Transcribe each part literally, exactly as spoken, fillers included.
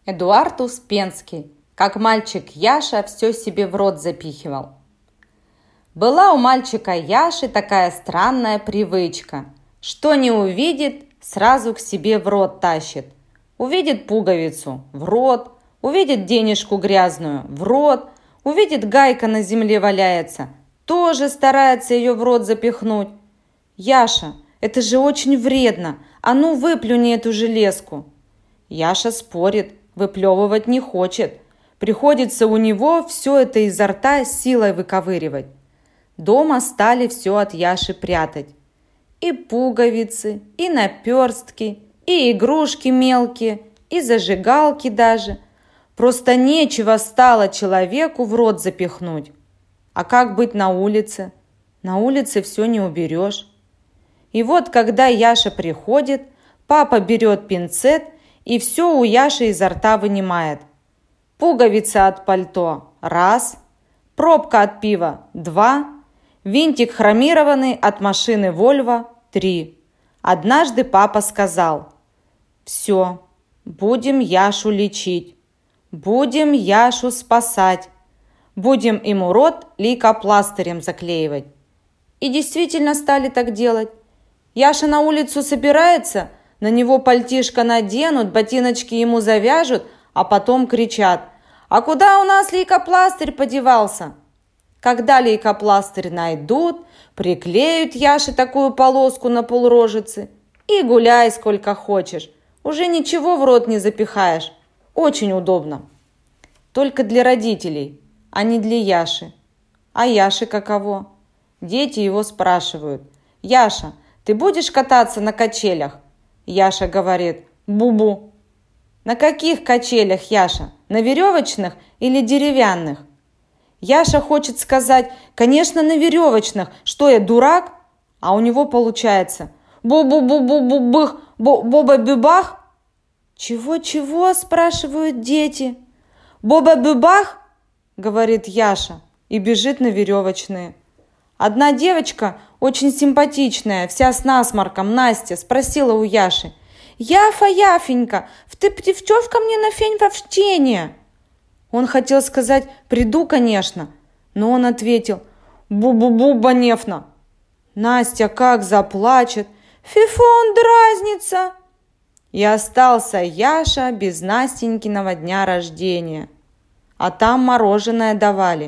Эдуард Успенский, как мальчик Яша все себе в рот запихивал. Была у мальчика Яши такая странная привычка. Что не увидит, сразу к себе в рот тащит. Увидит пуговицу – в рот, увидит денежку грязную – в рот, увидит гайка на земле валяется – тоже старается ее в рот запихнуть. «Яша, это же очень вредно, а ну выплюни эту железку». Яша спорит, выплевывать не хочет. Приходится у него все это изо рта силой выковыривать. Дома стали все от Яши прятать. И пуговицы, и наперстки, и игрушки мелкие, и зажигалки даже. Просто нечего стало человеку в рот запихнуть. А как быть на улице? На улице все не уберешь. И вот когда Яша приходит, папа берет пинцет и все у Яши изо рта вынимает. Пуговица от пальто – раз, пробка от пива – два, винтик хромированный от машины Вольво – три. Однажды папа сказал: «Все, будем Яшу лечить, будем Яшу спасать, будем ему рот лейкопластырем заклеивать». И действительно стали так делать. Яша на улицу собирается, на него пальтишко наденут, ботиночки ему завяжут, а потом кричат: «А куда у нас лейкопластырь подевался?» Когда лейкопластырь найдут, приклеют Яше такую полоску на полрожицы и гуляй сколько хочешь. Уже ничего в рот не запихаешь. Очень удобно. Только для родителей, а не для Яши. А Яше каково? Дети его спрашивают: «Яша, ты будешь кататься на качелях?» Яша говорит: «Бу-бу». «На каких качелях, Яша? На веревочных или деревянных?» Яша хочет сказать: «Конечно, на веревочных. Что я, дурак?» А у него получается: «Бу-бу-бу-бу-бу-бых, боба-бюбах». «Чего-чего?» – спрашивают дети. «Боба-бюбах?» – говорит Яша и бежит на веревочные. Одна девочка, очень симпатичная, вся с насморком, Настя, спросила у Яши: «Яфа, Яфенька, ты придешь ко мне на фень во чтение?» Он хотел сказать: «Приду, конечно», но он ответил: «Бу-бу-бу, банефна». Настя как заплачет: «Фифон дразнится». И остался Яша без Настенькиного дня рождения. А там мороженое давали.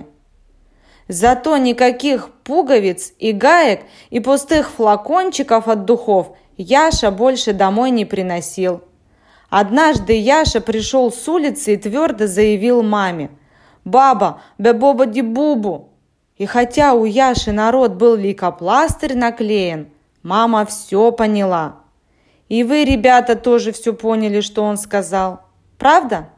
Зато никаких пуговиц и гаек и пустых флакончиков от духов Яша больше домой не приносил. Однажды Яша пришел с улицы и твердо заявил маме: «Баба, бе-боба-ди-бубу». И хотя у Яши на рот был лейкопластырь наклеен, мама все поняла. И вы, ребята, тоже все поняли, что он сказал. Правда?